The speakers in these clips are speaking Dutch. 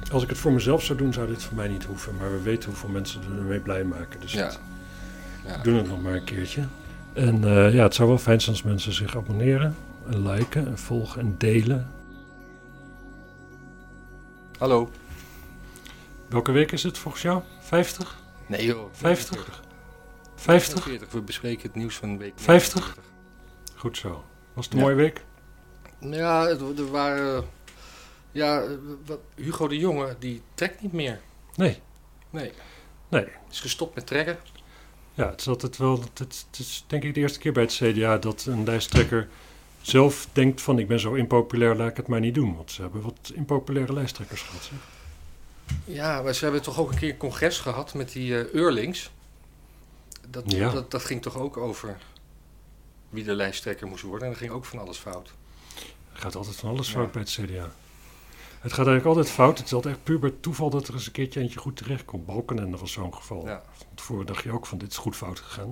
Als ik het voor mezelf zou doen, zou dit voor mij niet hoeven. Maar we weten hoeveel mensen ermee blij maken. Dus Ja. we doen het nog maar een keertje. En het zou wel fijn zijn als mensen zich abonneren. En liken en volgen en delen. Hallo. Welke week is het volgens jou? 50? Nee joh. 50? 50? 40. We bespreken het nieuws van de week. 50? 49. Goed zo. Was het een mooie week? Ja, er waren... Hugo de Jonge, die trekt niet meer. Nee. Is gestopt met trekken. Ja, het is altijd wel... Het is denk ik de eerste keer bij het CDA dat een lijsttrekker zelf denkt van... ik ben zo impopulair, laat ik het maar niet doen. Want ze hebben wat impopulaire lijsttrekkers gehad. Zeg. Ja, maar ze hebben toch ook een keer een congres gehad met die Eurlings. Dat ging toch ook over wie de lijsttrekker moest worden. En er ging ook van alles fout. Er gaat altijd van alles fout bij het CDA. Het gaat eigenlijk altijd fout. Het is altijd echt puur bij toeval dat er eens een keertje eentje goed terechtkomt. Balkenende was zo'n geval. Ja. Tevoren dacht je ook van dit is goed fout gegaan.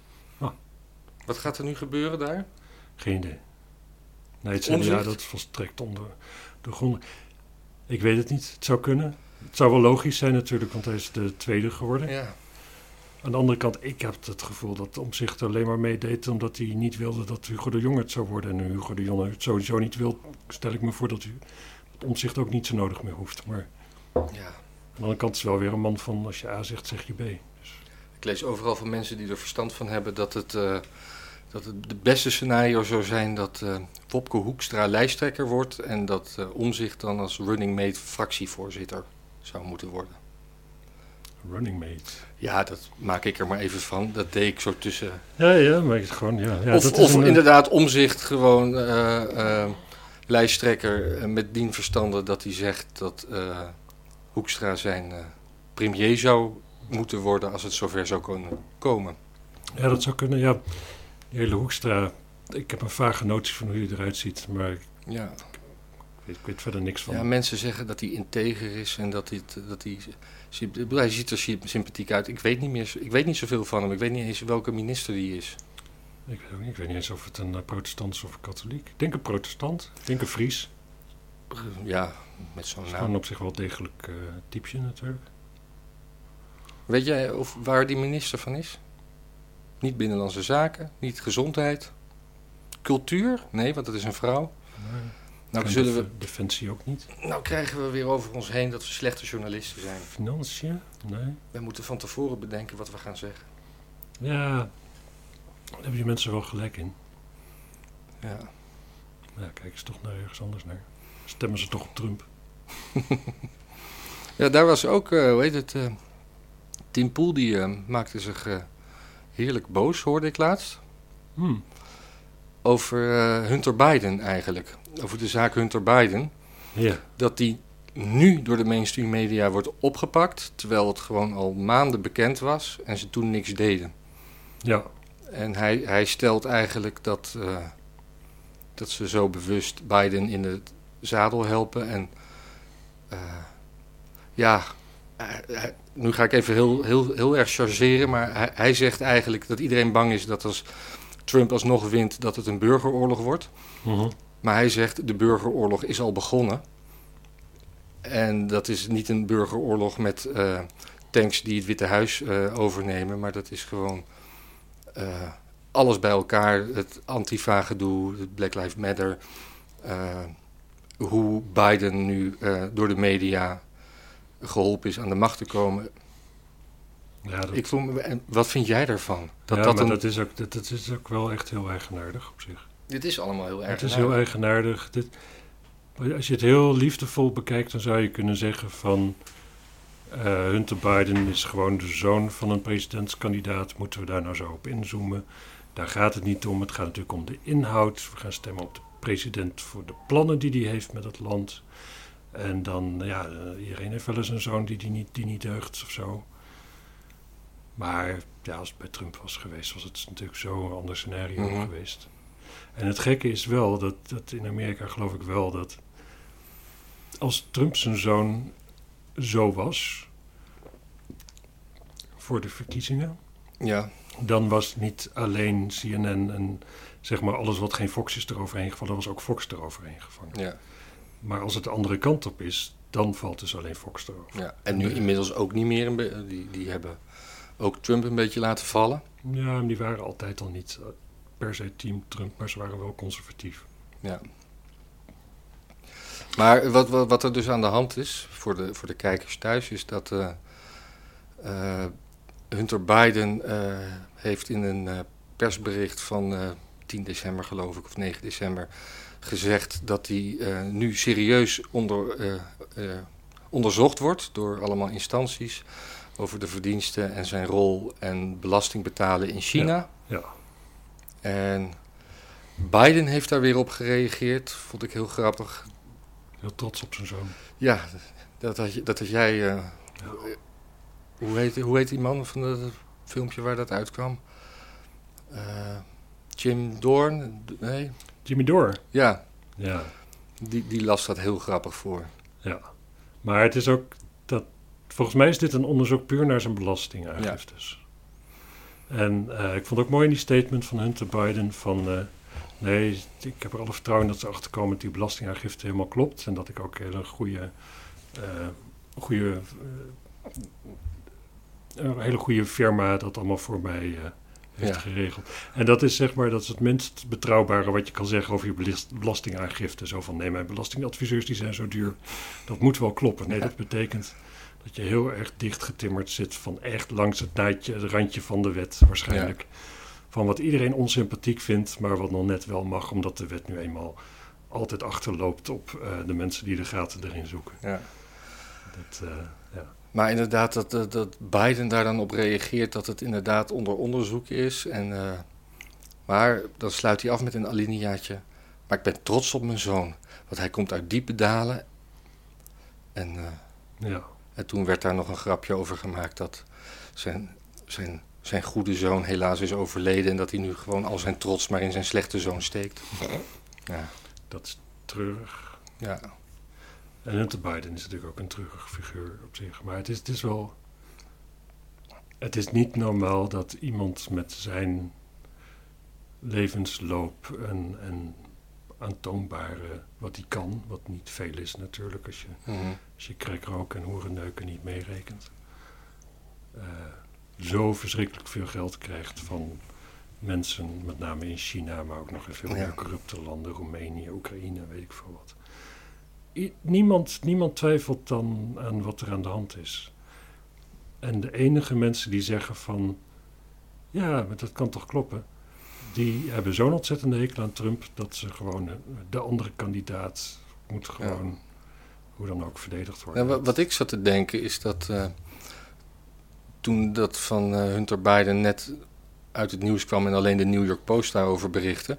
Wat gaat er nu gebeuren daar? Geen idee. Nee, het CDA Omzicht? dat volstrekt onder de grond. Ik weet het niet. Het zou kunnen. Het zou wel logisch zijn natuurlijk, want hij is de tweede geworden. Ja. Aan de andere kant, ik heb het gevoel dat Omtzigt alleen maar meedeed omdat hij niet wilde dat Hugo de Jonge het zou worden. En nu Hugo de Jonge het sowieso niet wil, stel ik me voor dat Omtzigt ook niet zo nodig meer hoeft. Maar Ja. aan de andere kant is het wel weer een man van als je A zegt, zeg je B. Dus, Ik lees overal van mensen die er verstand van hebben dat het de beste scenario zou zijn dat Wopke Hoekstra lijsttrekker wordt en dat Omtzigt dan als running mate fractievoorzitter zou moeten worden. running mate. Ja, dat maak ik er maar even van. Dat deed ik zo tussen. Ja, maar het gewoon, ja. Of inderdaad Omtzigt gewoon lijsttrekker met dien verstande dat hij zegt dat Hoekstra zijn premier zou moeten worden als het zover zou kunnen komen. Ja, dat zou kunnen, ja. Die hele Hoekstra, ik heb een vage notie van hoe hij eruit ziet, maar ik Ja. weet verder niks van. Ja, mensen zeggen dat hij integer is en dat hij ziet er sympathiek uit. Ik weet niet zoveel van hem. Ik weet niet eens welke minister die is. Ik weet ook niet. Ik weet niet eens of het een protestant is of een katholiek. Ik denk een protestant. Ik denk een Fries. Ja, met zo'n Dat is naam. gewoon op zich wel degelijk typje natuurlijk. Weet jij waar die minister van is? Niet Binnenlandse Zaken, niet Gezondheid. Cultuur? Nee, want dat is een vrouw. Defensie ook niet. Nou krijgen we weer over ons heen dat we slechte journalisten zijn. Financiën? Nee. We moeten van tevoren bedenken wat we gaan zeggen. Ja, daar hebben die mensen wel gelijk in. Ja. Ja, kijk eens toch naar ergens anders naar. Stemmen ze toch op Trump? Ja, daar was ook, Tim Poel die maakte zich heerlijk boos, hoorde ik laatst. Over Hunter Biden eigenlijk. Over de zaak Hunter Biden. Ja. Dat die nu door de mainstream media wordt opgepakt, terwijl het gewoon al maanden bekend was en ze toen niks deden. Ja. En hij stelt eigenlijk dat ze zo bewust Biden in het zadel helpen. En nu ga ik even heel erg chargeren, maar hij zegt eigenlijk dat iedereen bang is dat als Trump alsnog wint, dat het een burgeroorlog wordt. Uh-huh. Maar hij zegt, de burgeroorlog is al begonnen. En dat is niet een burgeroorlog met tanks die het Witte Huis overnemen, maar dat is gewoon alles bij elkaar. Het Antifa-gedoe, het Black Lives Matter, hoe Biden nu door de media geholpen is aan de macht te komen. Ja, Wat vind jij daarvan? Dat is ook wel echt heel eigenaardig op zich. Dit is allemaal heel eigenaardig. Het is heel eigenaardig. Als je het heel liefdevol bekijkt, dan zou je kunnen zeggen van Hunter Biden is gewoon de zoon van een presidentskandidaat. Moeten we daar nou zo op inzoomen? Daar gaat het niet om. Het gaat natuurlijk om de inhoud. We gaan stemmen op de president voor de plannen die hij heeft met het land. En dan, iedereen heeft wel eens een zoon die niet deugt of zo. Maar ja, als het bij Trump was geweest, was het natuurlijk zo een ander scenario geweest. En het gekke is wel, dat in Amerika geloof ik wel, dat als Trump zijn zoon zo was voor de verkiezingen, ja, dan was niet alleen CNN en zeg maar alles wat geen Fox is eroverheen gevallen, was ook Fox eroverheen gevangen. Ja. Maar als het de andere kant op is, dan valt dus alleen Fox erover. Ja, en nu inmiddels ook niet meer. Die hebben ook Trump een beetje laten vallen. Ja, maar die waren altijd al niet per se team Trump, maar ze waren wel conservatief. Ja. Maar wat er dus aan de hand is, voor de kijkers thuis, is dat Hunter Biden heeft in een persbericht van 10 december geloof ik, of 9 december, gezegd dat hij nu serieus onderzocht wordt door allemaal instanties over de verdiensten en zijn rol en belasting betalen in China. Ja. En Biden heeft daar weer op gereageerd, vond ik heel grappig. Heel trots op zijn zoon. Ja, dat had jij... Hoe heet die man van het filmpje waar dat uitkwam? Jim Dorn? Nee? Jimmy Dore. Ja, Ja. die las dat heel grappig voor. Ja. Maar het is ook dat... Volgens mij is dit een onderzoek puur naar zijn belastingaangiftes. Ja. En ik vond ook mooi in die statement van Hunter Biden van... nee, ik heb er alle vertrouwen dat ze achterkomen dat die belastingaangifte helemaal klopt. En dat ik ook een hele goede firma dat allemaal voor mij heeft geregeld. En dat is zeg maar, dat is het minst betrouwbare wat je kan zeggen over je belastingaangifte. Zo van, nee, mijn belastingadviseurs die zijn zo duur. Dat moet wel kloppen. Nee, dat betekent dat je heel erg dichtgetimmerd zit van echt langs het randje van de wet waarschijnlijk. Ja. Van wat iedereen onsympathiek vindt, maar wat nog net wel mag, omdat de wet nu eenmaal altijd achterloopt op de mensen die de gaten erin zoeken. Ja. Ja. Maar inderdaad, dat Biden daar dan op reageert, dat het inderdaad onder onderzoek is. Maar dan sluit hij af met een alineaatje. Maar ik ben trots op mijn zoon, want hij komt uit diepe dalen. En toen werd daar nog een grapje over gemaakt dat zijn goede zoon helaas is overleden en dat hij nu gewoon al zijn trots maar in zijn slechte zoon steekt. Ja. Dat is treurig. Ja. En Hunter Biden is natuurlijk ook een treurige figuur op zich. Maar het is wel... Het is niet normaal dat iemand met zijn levensloop en aantoonbare wat hij kan, wat niet veel is natuurlijk als je crackrook en hoerenneuken niet meerekent, zo verschrikkelijk veel geld krijgt van mensen, met name in China, maar ook nog in veel meer corrupte landen, Roemenië, Oekraïne, weet ik veel wat. Niemand twijfelt dan aan wat er aan de hand is. En de enige mensen die zeggen van, ja, maar dat kan toch kloppen, die hebben zo'n ontzettende hekel aan Trump dat ze gewoon de andere kandidaat moet gewoon hoe dan ook verdedigd worden. Ja, wat ik zat te denken is dat toen dat van Hunter Biden net uit het nieuws kwam en alleen de New York Post daarover berichtte,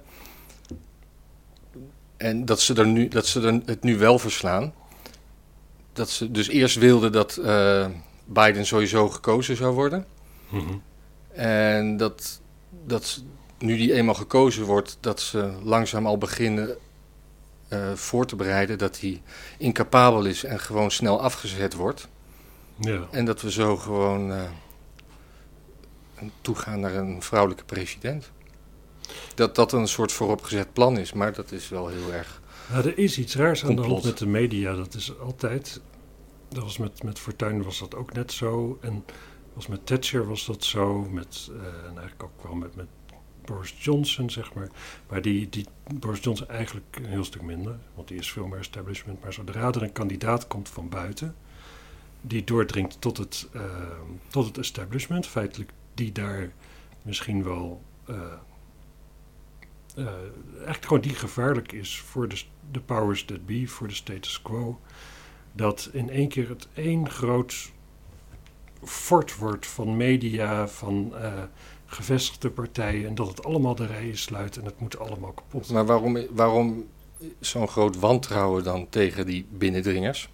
en dat ze het nu wel verslaan, dat ze dus eerst wilden dat Biden sowieso gekozen zou worden. Mm-hmm. En dat nu die eenmaal gekozen wordt, dat ze langzaam al beginnen voor te bereiden dat hij incapabel is en gewoon snel afgezet wordt. Ja. En dat we zo gewoon toegaan naar een vrouwelijke president. Dat een soort vooropgezet plan is, maar dat is wel heel erg... Nou, er is iets raars aan de hand complot met de media. Dat is altijd... Dat was met Fortuyn was dat ook net zo. En was met Thatcher was dat zo. En eigenlijk ook wel met Boris Johnson, zeg maar. Maar die Boris Johnson eigenlijk een heel stuk minder. Want die is veel meer establishment. Maar zodra er een kandidaat komt van buiten, die doordringt tot het establishment, feitelijk die daar misschien wel... echt gewoon die gevaarlijk is voor de powers that be, voor de status quo, dat in één keer het één groot fort wordt van media, van gevestigde partijen, en dat het allemaal de rijen sluit en het moet allemaal kapot. Maar waarom zo'n groot wantrouwen dan tegen die binnendringers?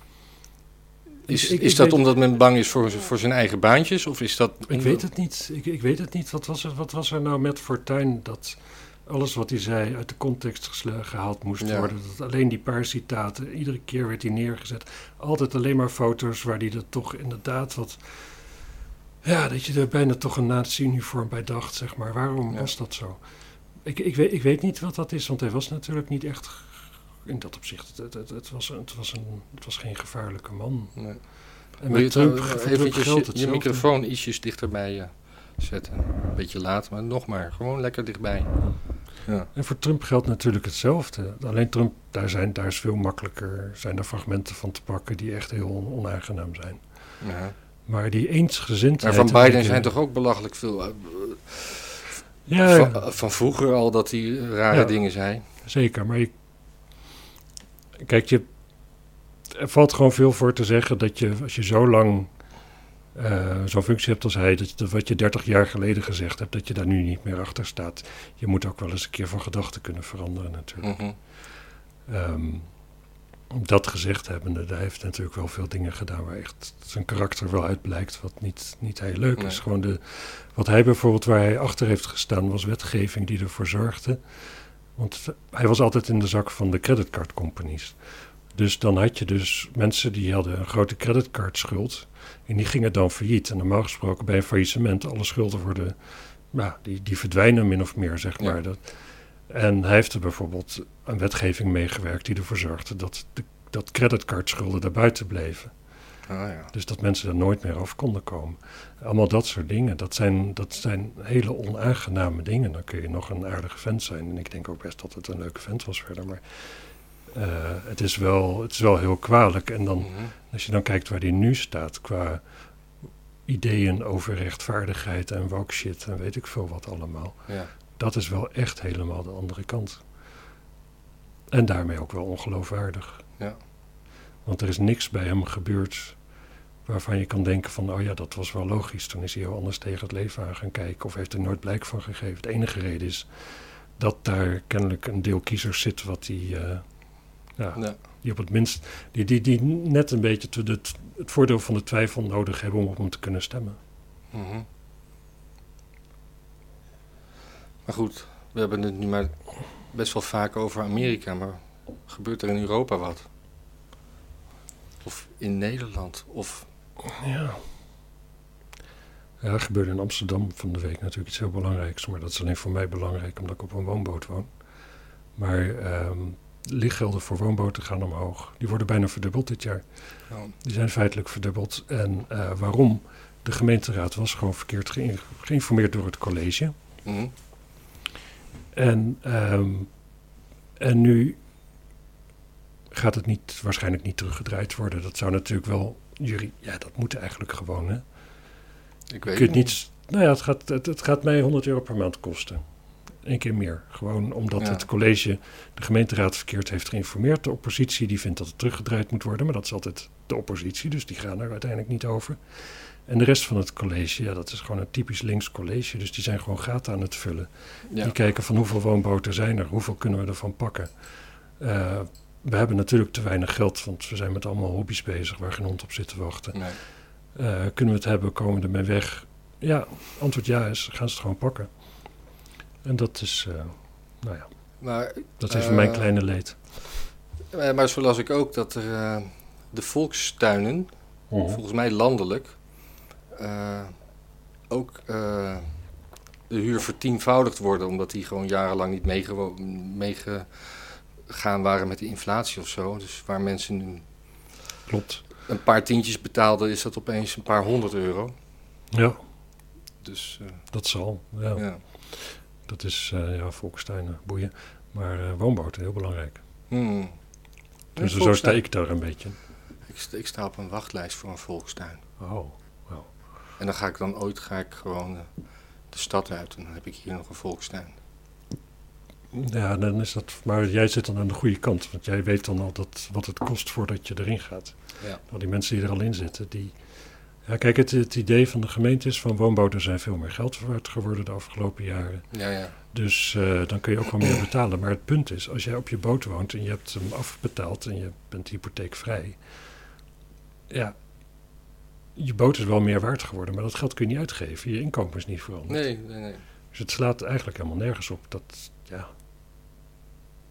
Is dat omdat men bang is voor zijn eigen baantjes? Of is dat... Ik weet het niet. Ik weet het niet. Wat was er nou met Fortuyn dat alles wat hij zei uit de context gehaald moest worden? Dat alleen die paar citaten, iedere keer werd hij neergezet. Altijd alleen maar foto's waar hij er toch inderdaad wat... Ja, dat je er bijna toch een nazi-uniform bij dacht, zeg maar. Waarom was dat zo? Ik weet niet wat dat is, want hij was natuurlijk niet echt in dat opzicht, het was geen gevaarlijke man. Nee. En Wil je met Trump eventjes geldt je hetzelfde. microfoon ietsjes dichterbij zetten? Een beetje laat, maar nog maar. Gewoon lekker dichtbij. Ja. En voor Trump geldt natuurlijk hetzelfde. Alleen Trump, daar is veel makkelijker, zijn er fragmenten van te pakken die echt heel onaangenaam zijn. Ja. Maar die eensgezindheid... Maar van Biden zijn toch ook belachelijk veel... Van vroeger al dat hij rare dingen zei. Zeker, maar kijk, er valt gewoon veel voor te zeggen dat je, als je zo lang zo'n functie hebt als hij, dat wat je 30 jaar geleden gezegd hebt, dat je daar nu niet meer achter staat. Je moet ook wel eens een keer van gedachten kunnen veranderen natuurlijk. Mm-hmm. Dat gezegd hebbende, hij heeft natuurlijk wel veel dingen gedaan waar echt zijn karakter wel uit blijkt, wat niet heel leuk is. Gewoon wat hij bijvoorbeeld, waar hij achter heeft gestaan, was wetgeving die ervoor zorgde. Want hij was altijd in de zak van de creditcardcompanies. Dus dan had je dus mensen die hadden een grote creditcardschuld en die gingen dan failliet. En normaal gesproken bij een faillissement, alle schulden worden, die verdwijnen min of meer, zeg maar. Ja. En hij heeft er bijvoorbeeld aan wetgeving meegewerkt die ervoor zorgde dat creditcardschulden daarbuiten bleven. Ja. Dus dat mensen er nooit meer af konden komen. Allemaal dat soort dingen. Dat zijn hele onaangename dingen. Dan kun je nog een aardige vent zijn. En ik denk ook best dat het een leuke vent was verder. Maar het is wel heel kwalijk. En dan, als je dan kijkt waar hij nu staat qua ideeën over rechtvaardigheid en woke shit en weet ik veel wat allemaal. Ja. Dat is wel echt helemaal de andere kant. En daarmee ook wel ongeloofwaardig. Ja. Want er is niks bij hem gebeurd waarvan je kan denken van, oh ja, dat was wel logisch. Toen is hij heel anders tegen het leven aan gaan kijken of heeft er nooit blijk van gegeven. De enige reden is dat daar kennelijk een deel kiezers zit wat die op het minst, die net een beetje het voordeel van de twijfel nodig hebben om op hem te kunnen stemmen. Mm-hmm. Maar goed, we hebben het nu maar best wel vaak over Amerika, maar gebeurt er in Europa wat? Of in Nederland? Of... Ja, er gebeurde in Amsterdam van de week natuurlijk iets heel belangrijks, maar dat is alleen voor mij belangrijk omdat ik op een woonboot woon. Maar lichtgelden voor woonboten gaan omhoog. Die worden bijna verdubbeld dit jaar. Oh. Die zijn feitelijk verdubbeld. En waarom? De gemeenteraad was gewoon verkeerd geïnformeerd door het college. Mm-hmm. En nu gaat het waarschijnlijk niet teruggedraaid worden. Dat zou natuurlijk wel... dat moet eigenlijk gewoon, hè? Ik weet het niet. Nou ja, het gaat mij €100 per maand kosten. 1 keer meer. Gewoon omdat het college, de gemeenteraad verkeerd heeft geïnformeerd. De oppositie die vindt dat het teruggedraaid moet worden. Maar dat is altijd de oppositie, dus die gaan er uiteindelijk niet over. En de rest van het college, dat is gewoon een typisch links college. Dus die zijn gewoon gaten aan het vullen. Ja. Die kijken van hoeveel woonboten zijn er, hoeveel kunnen we ervan pakken. We hebben natuurlijk te weinig geld, want we zijn met allemaal hobby's bezig waar geen hond op zit te wachten. Nee. Kunnen we het hebben, komen we ermee weg? Ja, antwoord ja is, gaan ze het gewoon pakken. En dat is, maar, dat is even mijn kleine leed. Maar zo las ik ook dat er de volkstuinen, volgens mij landelijk, ook de huur vertienvoudigd worden, omdat die gewoon jarenlang niet meegegaan waren met de inflatie of zo. Dus waar mensen nu Klopt. een paar tientjes betaalden, is dat opeens een paar €100. Ja. Dus, dat zal, ja. Dat is, volkstuinen, boeien. Maar woonboten, heel belangrijk. Dus zo sta ik daar een beetje. Ik sta op een wachtlijst voor een volkstuin. Oh, wow. En dan ga ik gewoon de stad uit en dan heb ik hier nog een volkstuin. Ja, dan is dat... Maar jij zit dan aan de goede kant. Want jij weet dan al wat het kost voordat je erin gaat. Ja. Al die mensen die er al in zitten, die... Ja, kijk, het idee van de gemeente is van woonboten zijn veel meer geld waard geworden de afgelopen jaren. Ja. Dus dan kun je ook wel meer betalen. Maar het punt is, als jij op je boot woont en je hebt hem afbetaald en je bent hypotheekvrij. Ja, je boot is wel meer waard geworden, maar dat geld kun je niet uitgeven. Je inkomen is niet veranderd. Nee. Dus het slaat eigenlijk helemaal nergens op.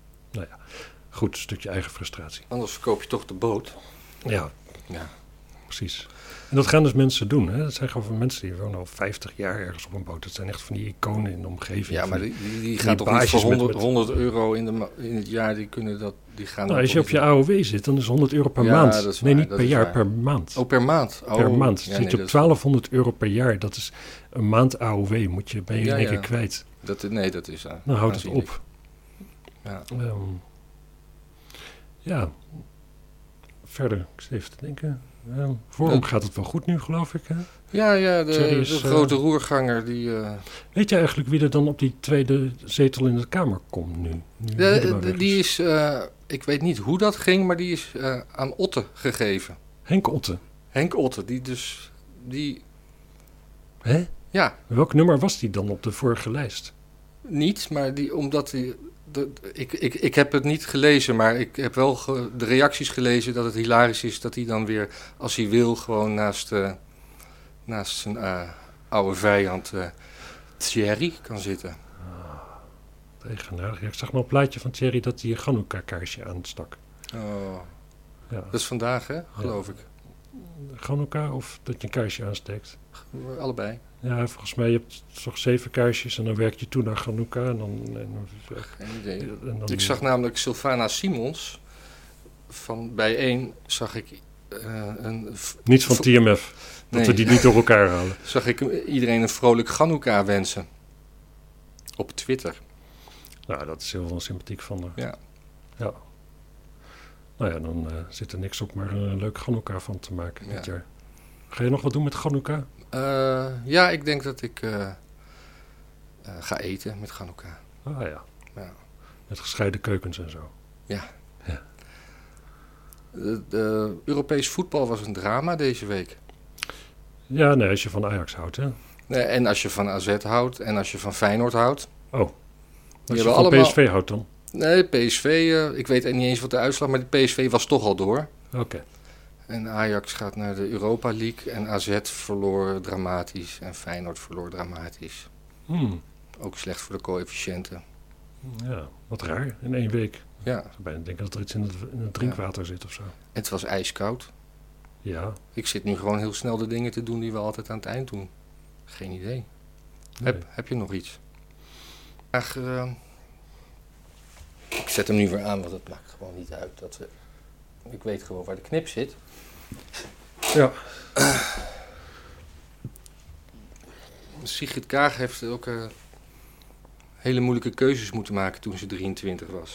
Goed, een stukje eigen frustratie. Anders verkoop je toch de boot. Ja. precies. En dat gaan dus mensen doen. Hè? Dat zijn gewoon mensen die wonen al 50 jaar ergens op een boot. Dat zijn echt van die iconen in de omgeving. Ja, maar die gaan toch niet voor 100 euro in het jaar, die gaan... Nou, als je op je AOW zit, dan is 100 euro per Ja, maand. dat is Nee, waar, niet dat per is jaar, waar. per maand. Oh, per maand? Oh, Per maand. ja, Zit je op dat 1200 euro per jaar. Dat is een maand AOW. Ben je in één keer kwijt. dat is... Dan houdt het aanzienlijk. op. Ja. Ja. Verder, ik zit even te denken. Forum gaat het wel goed nu, geloof ik. Hè? Ja, Thierry de is, grote roerganger die... Weet je eigenlijk wie er dan op die tweede zetel in de Kamer komt nu? die is... ik weet niet hoe dat ging, maar die is aan Otte gegeven. Henk Otte. Henk Otte, die... Hè? Ja, Welk nummer was die dan op de vorige lijst? niet, maar omdat hij... Ik heb het niet gelezen, maar ik heb wel de reacties gelezen dat het hilarisch is dat hij dan weer, als hij wil, gewoon naast zijn oude vijand Thierry kan zitten. Eigenaardig. Ja, ik zag maar een plaatje van Thierry dat hij een Chanukka-kaarsje aanstak. Oh, Ja. dat is vandaag, hè, geloof ik. Chanukka of dat je een kaarsje aansteekt? Allebei. Ja, volgens mij heb je toch 7 kaarsjes en dan werk je toe naar Chanukka. En dan, Geen idee. en dan, Ik zag namelijk Sylvana Simons van Bijeen, zag ik niet van TMF, dat Nee. we die niet door elkaar halen. zag ik iedereen een vrolijk Chanukka wensen. Op Twitter. Nou, dat is heel wel sympathiek van haar. Ja. Ja. Nou ja, dan zit er niks op maar een leuk Chanukka van te maken Ja. dit jaar. Ga je nog wat doen met Chanukka? Ja, ik denk dat ik ga eten met Chanukka. Ah ja. Ja. Met gescheiden keukens en zo. De Europees voetbal was een drama deze week. Ja, nee, als je van Ajax houdt, hè. Nee, en als je van AZ houdt en als je van Feyenoord houdt. Oh, als je hebben van allemaal- PSV houdt dan? Nee, PSV, ik weet niet eens wat de uitslag, maar de PSV was toch al door. Oké. En Ajax gaat naar de Europa League en AZ verloor dramatisch en Feyenoord verloor dramatisch. Ook slecht voor de coëfficiënten. Ja, wat raar. In 1 week. Ja, Ik zou bijna denken dat er iets in het drinkwater zit of zo. en het was ijskoud. Ja. Ik zit nu gewoon heel snel de dingen te doen die we altijd aan het eind doen. Geen idee. Nee. Heb je nog iets? Graag, ik zet hem nu weer aan, want het maakt gewoon niet uit. Ik weet gewoon waar de knip zit. Ja. Sigrid Kaag heeft ook hele moeilijke keuzes moeten maken toen ze 23 was.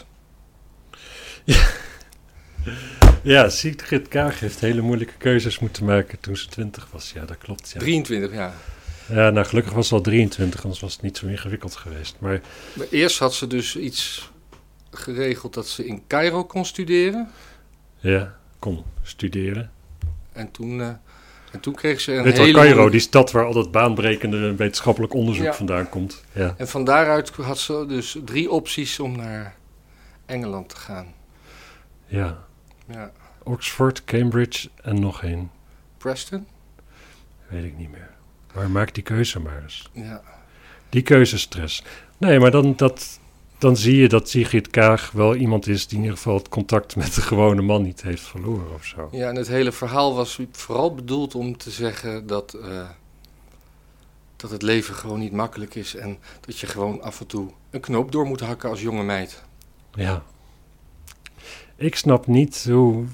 Ja, Sigrid Kaag heeft hele moeilijke keuzes moeten maken toen ze 20 was. Ja, dat klopt. Ja, 23, ja. ja nou gelukkig was ze al 23, anders was het niet zo ingewikkeld geweest. Maar Maar eerst had ze dus iets geregeld dat ze in Cairo kon studeren. ja, kon studeren. En toen kreeg ze een Weet wel, hele... Cairo, moeilijke- die stad waar al dat baanbrekende wetenschappelijk onderzoek Ja. vandaan komt. Ja. En van daaruit had ze dus 3 opties om naar Engeland te gaan. Ja. Ja. Oxford, Cambridge en nog één. Preston? Weet ik niet meer. Maar maak die keuze maar eens. Ja. Die keuzestress. Nee, maar dan zie je dat Sigrid Kaag wel iemand is die in ieder geval het contact met de gewone man niet heeft verloren of zo. Ja, en het hele verhaal was vooral bedoeld om te zeggen dat het leven gewoon niet makkelijk is. En dat je gewoon af en toe een knoop door moet hakken als jonge meid. Ja. Ik snap niet hoe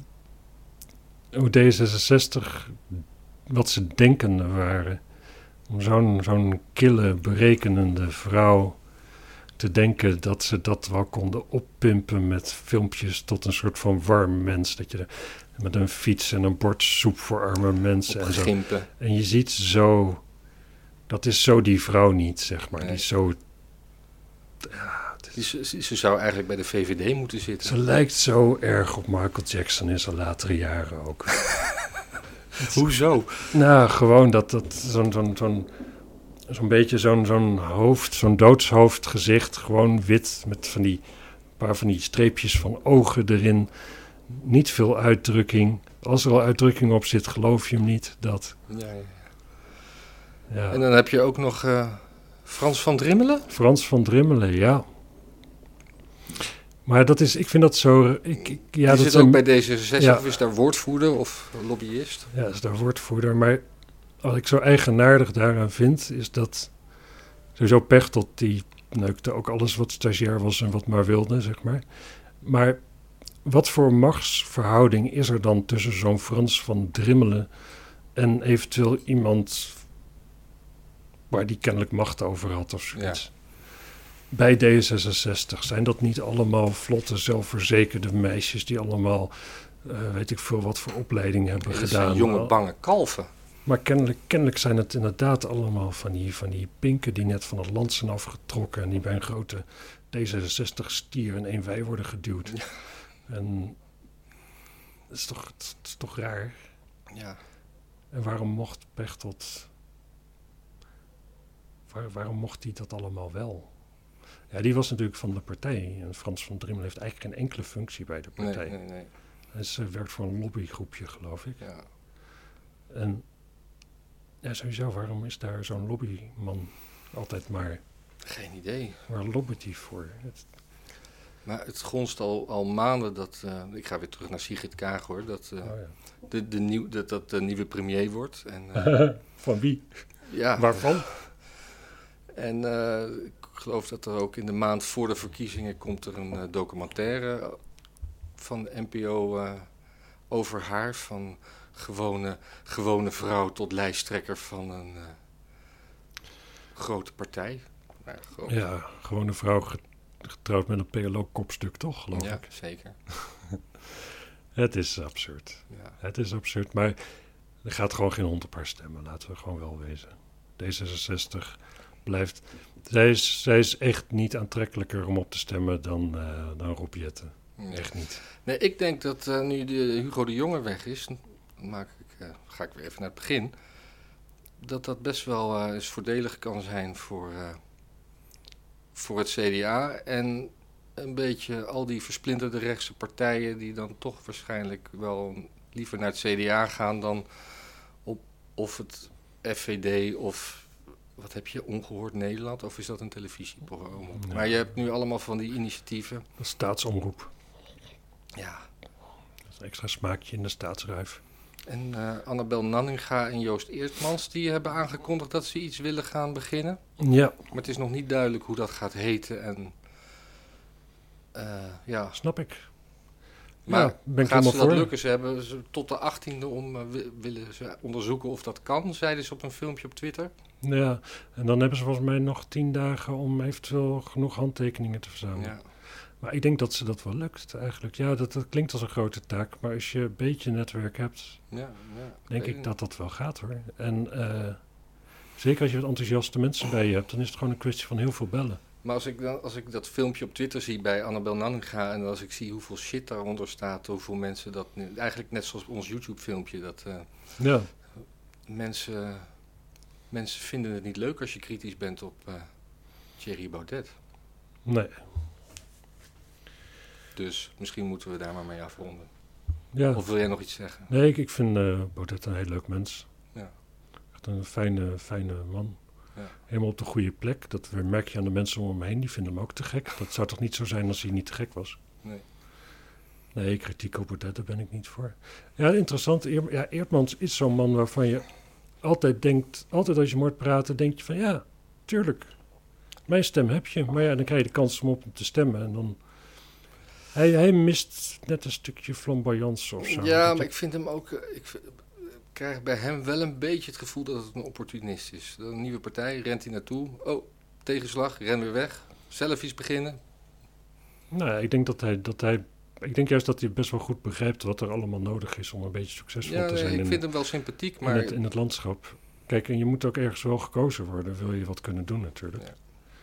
D66, wat ze denken waren. Om zo'n kille, berekenende vrouw te denken dat ze dat wel konden oppimpen met filmpjes tot een soort van warm mens. Dat je met een fiets en een bord soep voor arme mensen en zo. Opgimpen. En je ziet zo, dat is zo die vrouw niet, zeg maar. Nee. Die is zo, Ze zou eigenlijk bij de VVD moeten zitten. ze lijkt zo erg op Michael Jackson in zijn latere jaren ook. Hoezo? Nou, gewoon dat zo'n beetje zo'n hoofd, zo'n doodshoofdgezicht, gewoon wit met een paar van die streepjes van ogen erin. Niet veel uitdrukking. Als er al uitdrukking op zit, geloof je hem niet. Dat. Ja. Ja. En dan heb je ook nog Frans van Drimmelen. Frans van Drimmelen, ja. Maar dat is, ik vind dat zo... Die dat zit ook bij D66, of is daar woordvoerder of lobbyist? Ja, is daar woordvoerder. Maar wat ik zo eigenaardig daaraan vind, is dat sowieso Pechtold, die neukte ook alles wat stagiair was en wat maar wilde, zeg maar. Maar wat voor machtsverhouding is er dan tussen zo'n Frans van Drimmelen en eventueel iemand waar die kennelijk macht over had of zoiets? Ja. Bij D66 zijn dat niet allemaal vlotte, zelfverzekerde meisjes die allemaal, weet ik veel wat voor opleiding hebben gedaan. Zijn jonge bange kalven. Maar kennelijk zijn het inderdaad allemaal van die pinken die net van het land zijn afgetrokken en die bij een grote D66-stier in één wei worden geduwd. Ja. En het is toch raar? Ja. En waarom mocht Pechtold... Waarom mocht hij dat allemaal wel? Ja, die was natuurlijk van de partij. En Frans van Drimmelen heeft eigenlijk geen enkele functie bij de partij. Nee. Hij werkt voor een lobbygroepje, geloof ik. Ja. En ja, sowieso, waarom is daar zo'n lobbyman altijd maar... Geen idee. Waar lobbyt hij voor? Maar het gonst al maanden dat... ik ga weer terug naar Sigrid Kaag, hoor. Dat de nieuwe premier wordt. En, van wie? Ja. Waarvan? En ik geloof dat er ook in de maand voor de verkiezingen komt er een documentaire van de NPO over haar. Van gewone vrouw tot lijsttrekker van een grote partij. Ja, gewone vrouw getrouwd met een PLO-kopstuk, toch, geloof ik? Ja, zeker. Het is absurd. Ja. Het is absurd, maar er gaat gewoon geen hond op haar stemmen, laten we gewoon wel wezen. D66 blijft... Zij is echt niet aantrekkelijker om op te stemmen dan Rob Jetten. Nee. Echt niet. Nee, ik denk dat nu Hugo de Jonge weg is, ga ik weer even naar het begin, dat best wel eens voordelig kan zijn voor het CDA en een beetje al die versplinterde rechtse partijen die dan toch waarschijnlijk wel liever naar het CDA gaan dan of het FVD of... Wat heb je, Ongehoord Nederland? Of is dat een televisieprogramma? Ja. Maar je hebt nu allemaal van die initiatieven. De staatsomroep. Ja. Dat is een extra smaakje in de staatsruif. En Annabel Nanninga en Joost Eertmans, die hebben aangekondigd dat ze iets willen gaan beginnen. Ja. Maar het is nog niet duidelijk hoe dat gaat heten. En, ja. Snap ik. Maar gaat ze dat lukken? Ze hebben tot de 18e willen ze onderzoeken of dat kan, zeiden ze op een filmpje op Twitter. Ja, en dan hebben ze volgens mij nog 10 dagen om eventueel genoeg handtekeningen te verzamelen. Ja. Maar ik denk dat ze dat wel lukt eigenlijk. Ja, dat klinkt als een grote taak, maar als je een beetje netwerk hebt, denk ik dat dat wel gaat, hoor. En zeker als je wat enthousiaste mensen bij je hebt, dan is het gewoon een kwestie van heel veel bellen. Maar als ik dat filmpje op Twitter zie bij Annabel Nanninga en als ik zie hoeveel shit daaronder staat, hoeveel mensen dat nu... Eigenlijk net zoals ons YouTube-filmpje, dat mensen vinden het niet leuk als je kritisch bent op Thierry Baudet. Nee. Dus misschien moeten we daar maar mee afronden. Ja. Of wil jij nog iets zeggen? Nee, ik vind Baudet een heel leuk mens. Ja. Echt een fijne man. Ja. Helemaal op de goede plek. Dat merk je aan de mensen om hem heen. Die vinden hem ook te gek. Dat zou toch niet zo zijn als hij niet te gek was? Nee, kritiek op Baudet, daar ben ik niet voor. Ja, interessant. Eertmans is zo'n man waarvan je altijd denkt... Altijd als je hem hoort praten, denk je van... Ja, tuurlijk. Mijn stem heb je. Maar ja, dan krijg je de kans om op hem te stemmen. En dan... Hij mist net een stukje flamboyance of zo. Ja, maar ik vind hem ook... Ik krijg bij hem wel een beetje het gevoel dat het een opportunist is. Een nieuwe partij, rent hij naartoe. Oh, tegenslag, ren weer weg. Zelf iets beginnen. Nou, ik denk ik denk juist dat hij best wel goed begrijpt wat er allemaal nodig is om een beetje succesvol te zijn. Ik vind hem wel sympathiek, maar... In het landschap. Kijk, en je moet ook ergens wel gekozen worden, wil je wat kunnen doen natuurlijk.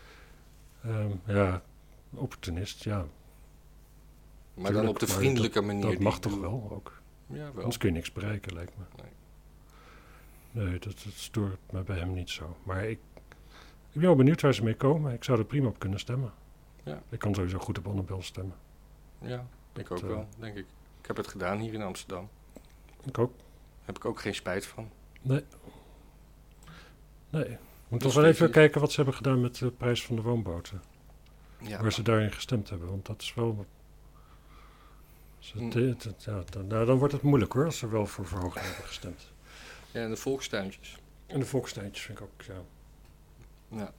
Ja, opportunist, ja. Maar tuurlijk, dan op de vriendelijke manier. Dat mag toch wel ook. Ja, wel. Anders kun je niks bereiken, lijkt me. Nee, dat stoort me bij hem niet zo. Maar ik ben wel benieuwd waar ze mee komen. Ik zou er prima op kunnen stemmen. Ja. Ik kan sowieso goed op Annabel stemmen. Ja, ik ook wel, denk ik. Ik heb het gedaan hier in Amsterdam. Ik ook. Heb ik ook geen spijt van. Nee. Moet toch wel even kijken wat ze hebben gedaan met de prijs van de woonboten. Ja. waar ze daarin gestemd hebben. Want dat is wel... dan wordt het moeilijk hoor, als ze wel voor verhoging hebben gestemd. Ja, en de volkstuintjes. En de volkstuintjes vind ik ook zo. Ja.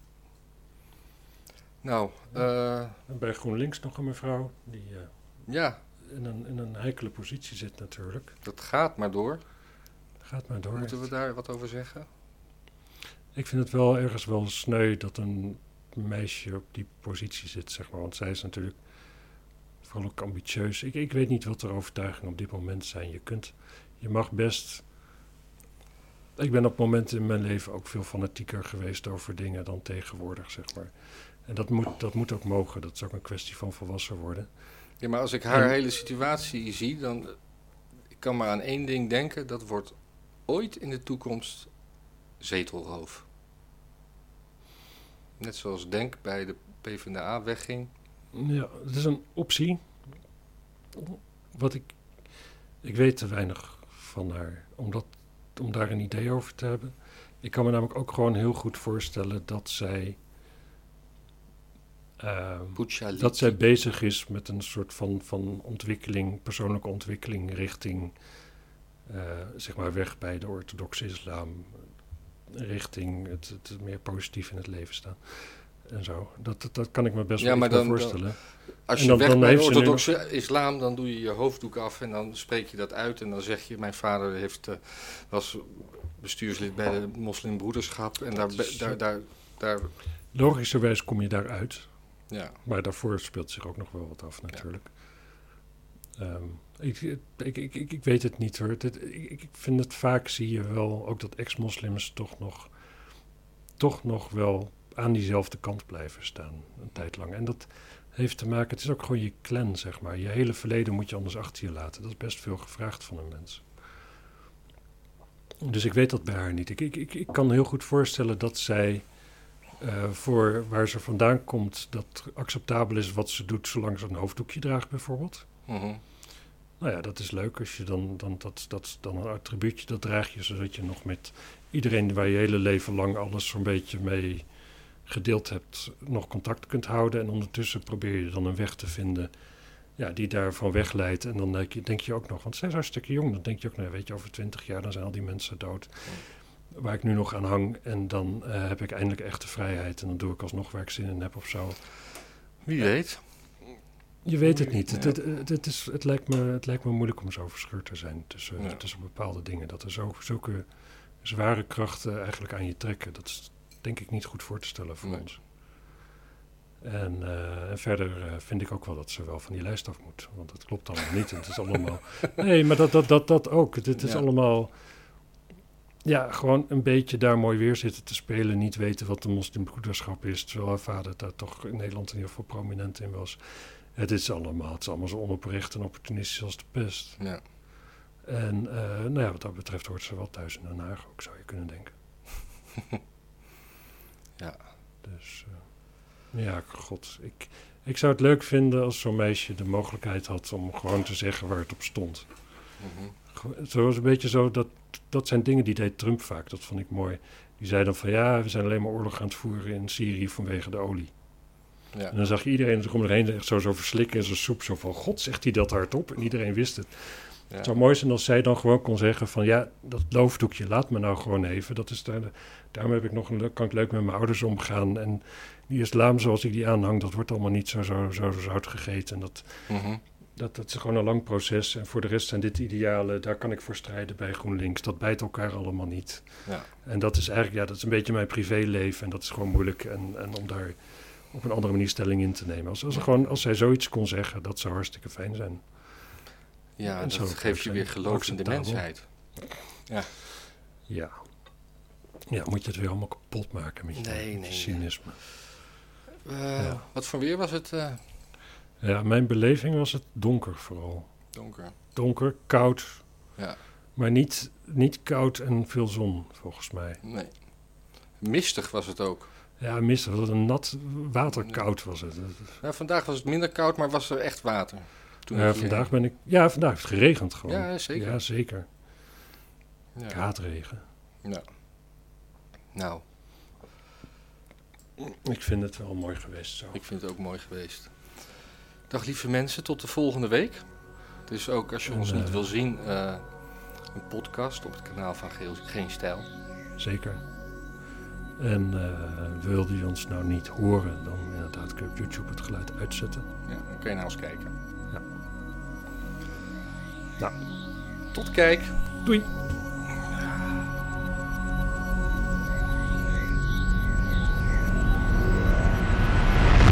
Nou, En bij GroenLinks nog een mevrouw die ja, in een heikele positie zit natuurlijk. dat gaat maar door. Gaat maar door. Moeten we daar wat over zeggen? Ik vind het wel ergens wel sneu dat een meisje op die positie zit, zeg maar. Want zij is natuurlijk vooral ook ambitieus. Ik weet niet wat de overtuigingen op dit moment zijn. Je mag best... Ik ben op momenten in mijn leven ook veel fanatieker geweest over dingen dan tegenwoordig, zeg maar. En dat moet ook mogen. Dat is ook een kwestie van volwassen worden. Ja, maar als ik haar hele situatie zie, dan ik kan maar aan één ding denken. Dat wordt ooit in de toekomst zetelroof. Net zoals Denk bij de PvdA wegging. Ja, het is een optie. Ik weet te weinig van haar om daar een idee over te hebben. Ik kan me namelijk ook gewoon heel goed voorstellen dat zij bezig is met een soort van ontwikkeling, persoonlijke ontwikkeling richting, zeg maar, weg bij de orthodoxe islam, richting het meer positief in het leven staan. En zo. Dat kan ik me best wel voorstellen. Als je weg bij de orthodoxe islam, dan doe je je hoofddoek af en dan spreek je dat uit. En dan zeg je, mijn vader was bestuurslid bij de moslimbroederschap. En daar... Logischerwijs kom je daaruit. Ja. Maar daarvoor speelt zich ook nog wel wat af natuurlijk. Ja. Ik weet het niet hoor. Ik vind het vaak, zie je wel, ook dat ex-moslims toch nog wel aan diezelfde kant blijven staan, een tijd lang. En dat heeft te maken, het is ook gewoon je clan, zeg maar. Je hele verleden moet je anders achter je laten. Dat is best veel gevraagd van een mens. Dus ik weet dat bij haar niet. Ik kan heel goed voorstellen dat zij voor waar ze vandaan komt, dat acceptabel is wat ze doet, zolang ze een hoofddoekje draagt bijvoorbeeld. Mm-hmm. Nou ja, dat is leuk als je dan een attribuutje, dat draag je, zodat je nog met iedereen waar je hele leven lang alles zo'n beetje mee gedeeld hebt, nog contact kunt houden. En ondertussen probeer je dan een weg te vinden, ja, die daarvan wegleidt. En dan denk je ook nog, want zij is hartstikke jong, dan denk je ook, nou weet je, over 20 jaar dan zijn al die mensen dood. Waar ik nu nog aan hang. En dan heb ik eindelijk echte vrijheid. En dan doe ik alsnog waar ik zin in heb of zo. Wie weet. Je weet het niet. Ja. Het lijkt me moeilijk om zo verscheurd te zijn tussen bepaalde dingen. Dat er zulke zware krachten eigenlijk aan je trekken. Dat is denk ik niet goed voor te stellen voor ons. En verder vind ik ook wel dat ze wel van die lijst af moet. Want het klopt allemaal niet. Het is allemaal... Nee, maar dat ook. Het is allemaal... Ja, gewoon een beetje daar mooi weer zitten te spelen. Niet weten wat de moslimbroederschap is. Terwijl haar vader daar toch in Nederland in ieder geval prominent in was. Het is allemaal zo onoprecht en opportunistisch als de pest. Ja. En wat dat betreft hoort ze wel thuis in Den Haag ook, zou je kunnen denken. Ja. Dus, god. Ik zou het leuk vinden als zo'n meisje de mogelijkheid had om gewoon te zeggen waar het op stond. Mm-hmm. Zoals een beetje zo, dat zijn dingen die deed Trump vaak, dat vond ik mooi. Die zei dan van we zijn alleen maar oorlog aan het voeren in Syrië vanwege de olie. Ja. En dan zag je iedereen er om erheen echt zo verslikken in zijn soep. Zo van, god, zegt hij dat hardop? En iedereen wist het. Ja. Het zou mooi zijn als zij dan gewoon kon zeggen van, dat loofdoekje, laat me nou gewoon even. Daarom kan ik leuk met mijn ouders omgaan. En die islam zoals ik die aanhang, dat wordt allemaal niet zo zout gegeten. Dat is gewoon een lang proces. En voor de rest zijn dit idealen, daar kan ik voor strijden bij GroenLinks. Dat bijt elkaar allemaal niet. Ja. En dat is eigenlijk, dat is een beetje mijn privéleven. En dat is gewoon moeilijk. En om daar op een andere manier stelling in te nemen. Als zij zoiets kon zeggen, dat zou hartstikke fijn zijn. Ja, en dat geeft je weer geloof in de mensheid. Ja. Ja, moet je het weer allemaal kapot maken met je cynisme. Wat voor weer was het? Ja, mijn beleving was het donker vooral. Donker, koud. Ja. Maar niet koud en veel zon, volgens mij. Nee. Mistig was het ook. Ja, mistig. Dat een nat waterkoud was het. Ja, vandaag was het minder koud, maar was er echt water. Vandaag heeft het geregend gewoon. Ja, zeker. Ja, zeker. Ja. Ik haat regen. Ja. Nou. Ik vind het wel mooi geweest zo. Ik vind het ook mooi geweest. Dag lieve mensen, tot de volgende week. Dus ook als je ons niet wil zien, een podcast op het kanaal van Geen Stijl. Zeker. En wilde je ons nou niet horen, dan inderdaad kun je op YouTube het geluid uitzetten. Ja, dan kun je naar ons kijken. Ja. Nou, tot kijk. Doei.